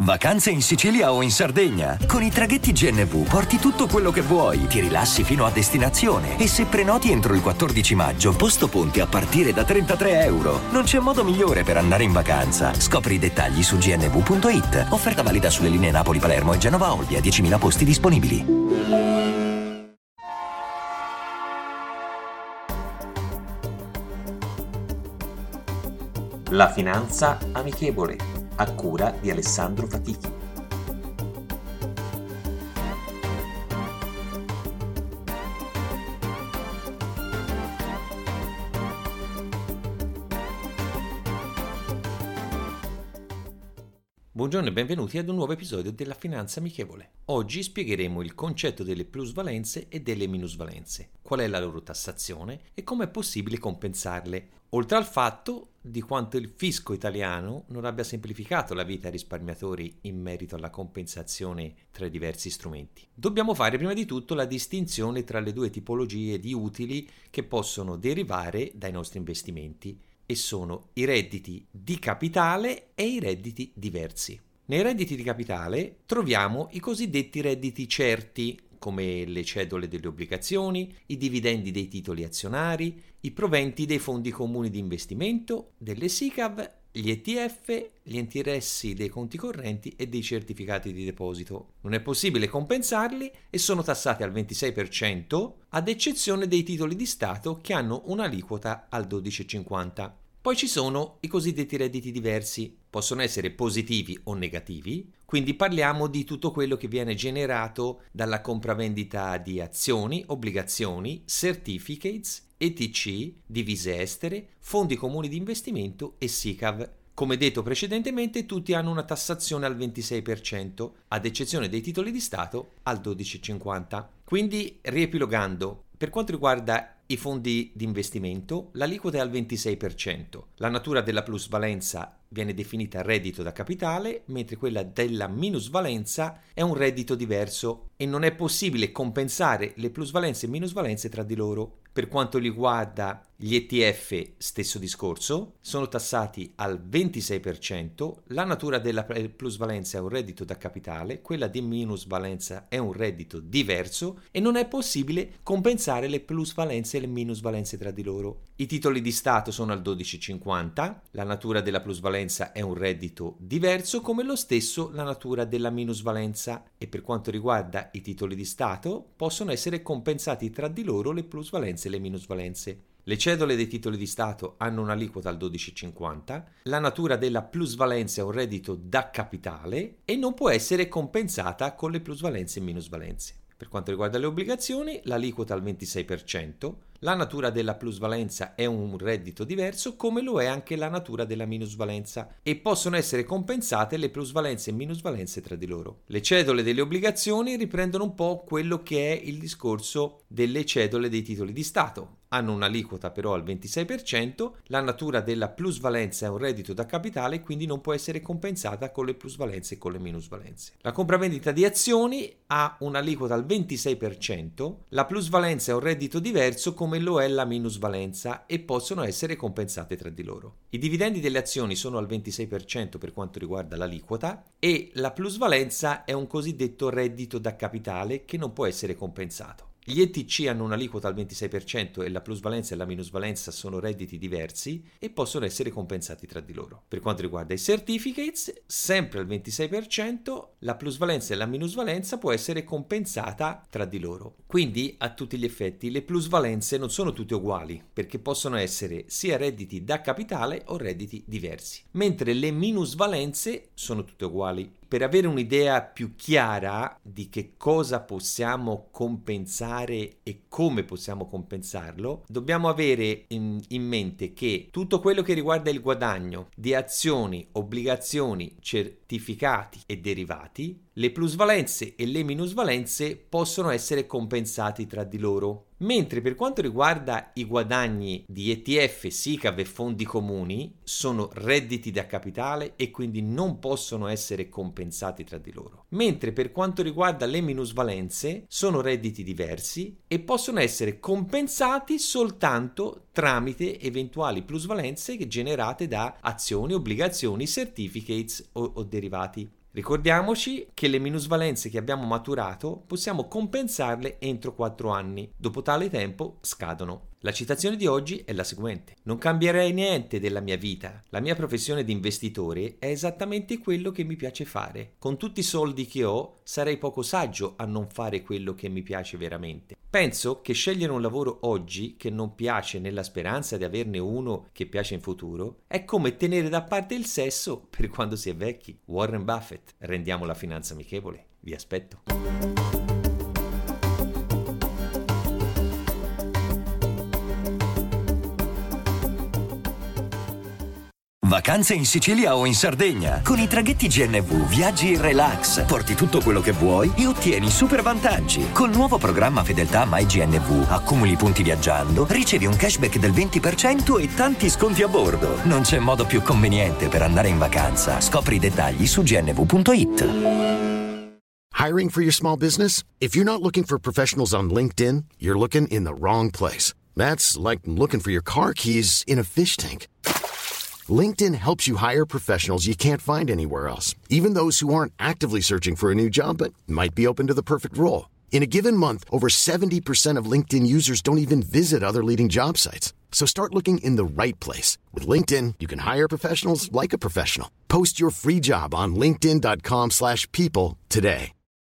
Vacanze in Sicilia o in Sardegna? Con i traghetti GNV porti tutto quello che vuoi, ti rilassi fino a destinazione e se prenoti entro il 14 maggio, posto ponti a partire da €33. Non c'è modo migliore per andare in vacanza. Scopri i dettagli su gnv.it. Offerta valida sulle linee Napoli-Palermo e Genova-Olbia, 10.000 posti disponibili. La finanza amichevole, a cura di Alessandro Fatichi. Buongiorno e benvenuti ad un nuovo episodio della Finanza Amichevole. Oggi spiegheremo il concetto delle plusvalenze e delle minusvalenze, qual è la loro tassazione e come è possibile compensarle, oltre al fatto di quanto il fisco italiano non abbia semplificato la vita ai risparmiatori in merito alla compensazione tra i diversi strumenti. Dobbiamo fare prima di tutto la distinzione tra le due tipologie di utili che possono derivare dai nostri investimenti, e sono i redditi di capitale e i redditi diversi. Nei redditi di capitale troviamo i cosiddetti redditi certi, come le cedole delle obbligazioni, i dividendi dei titoli azionari, i proventi dei fondi comuni di investimento, delle SICAV, gli ETF, gli interessi dei conti correnti e dei certificati di deposito. Non è possibile compensarli e sono tassati al 26%, ad eccezione dei titoli di Stato che hanno un'aliquota al 12,50%. Poi ci sono i cosiddetti redditi diversi, possono essere positivi o negativi, quindi parliamo di tutto quello che viene generato dalla compravendita di azioni, obbligazioni, certificates, ETC, divise estere, fondi comuni di investimento e SICAV. Come detto precedentemente, tutti hanno una tassazione al 26%, ad eccezione dei titoli di Stato al 12,50%. Quindi, riepilogando, per quanto riguarda i fondi di investimento, l'aliquota è al 26%. La natura della plusvalenza viene definita reddito da capitale, mentre quella della minusvalenza è un reddito diverso e non è possibile compensare le plusvalenze e minusvalenze tra di loro. Per quanto riguarda gli ETF, stesso discorso, sono tassati al 26%, la natura della plusvalenza è un reddito da capitale, quella di minusvalenza è un reddito diverso e non è possibile compensare le plusvalenze e le minusvalenze tra di loro. I titoli di Stato sono al 12,50, la natura della plusvalenza è un reddito diverso, come lo stesso la natura della minusvalenza, e per quanto riguarda i titoli di Stato possono essere compensati tra di loro le plusvalenze e le minusvalenze. Le cedole dei titoli di Stato hanno un'aliquota al 12,50, la natura della plusvalenza è un reddito da capitale e non può essere compensata con le plusvalenze e minusvalenze. Per quanto riguarda le obbligazioni, l'aliquota al 26%, la natura della plusvalenza è un reddito diverso, come lo è anche la natura della minusvalenza, e possono essere compensate le plusvalenze e minusvalenze tra di loro. Le cedole delle obbligazioni riprendono un po' quello che è il discorso delle cedole dei titoli di Stato. Hanno un'aliquota però al 26%, la natura della plusvalenza è un reddito da capitale, quindi non può essere compensata con le plusvalenze e con le minusvalenze. La compravendita di azioni ha un'aliquota al 26%, la plusvalenza è un reddito diverso come lo è la minusvalenza e possono essere compensate tra di loro. I dividendi delle azioni sono al 26% per quanto riguarda l'aliquota e la plusvalenza è un cosiddetto reddito da capitale che non può essere compensato. Gli ETC hanno un'aliquota al 26% e la plusvalenza e la minusvalenza sono redditi diversi e possono essere compensati tra di loro. Per quanto riguarda i certificates, sempre al 26%, la plusvalenza e la minusvalenza può essere compensata tra di loro. Quindi, a tutti gli effetti, le plusvalenze non sono tutte uguali, perché possono essere sia redditi da capitale o redditi diversi, mentre le minusvalenze sono tutte uguali. Per avere un'idea più chiara di che cosa possiamo compensare e come possiamo compensarlo, dobbiamo avere in mente che tutto quello che riguarda il guadagno di azioni, obbligazioni, certificati e derivati, le plusvalenze e le minusvalenze possono essere compensati tra di loro. Mentre per quanto riguarda i guadagni di ETF, SICAV e fondi comuni, sono redditi da capitale e quindi non possono essere compensati tra di loro. Mentre per quanto riguarda le minusvalenze, sono redditi diversi e possono essere compensati soltanto tramite eventuali plusvalenze generate da azioni, obbligazioni, certificates o derivati. Ricordiamoci che le minusvalenze che abbiamo maturato possiamo compensarle entro 4 anni. Dopo tale tempo scadono. La citazione di oggi è la seguente: non cambierei niente della mia vita. La mia professione di investitore è esattamente quello che mi piace fare. Con tutti i soldi che ho, sarei poco saggio a non fare quello che mi piace veramente. Penso che scegliere un lavoro oggi che non piace nella speranza di averne uno che piace in futuro è come tenere da parte il sesso per quando si è vecchi. Warren Buffett. Rendiamo la finanza amichevole. Vi aspetto. Vacanze in Sicilia o in Sardegna. Con i traghetti GNV viaggi in relax, porti tutto quello che vuoi e ottieni super vantaggi. Col nuovo programma Fedeltà MyGNV accumuli punti viaggiando, ricevi un cashback del 20% e tanti sconti a bordo. Non c'è modo più conveniente per andare in vacanza. Scopri i dettagli su gnv.it. Hiring for your small business? If you're not looking for professionals on LinkedIn, you're looking in the wrong place. That's like looking for your car keys in a fish tank. LinkedIn helps you hire professionals you can't find anywhere else, even those who aren't actively searching for a new job but might be open to the perfect role. In a given month, over 70% of LinkedIn users don't even visit other leading job sites. So start looking in the right place. With LinkedIn, you can hire professionals like a professional. Post your free job on linkedin.com/people today.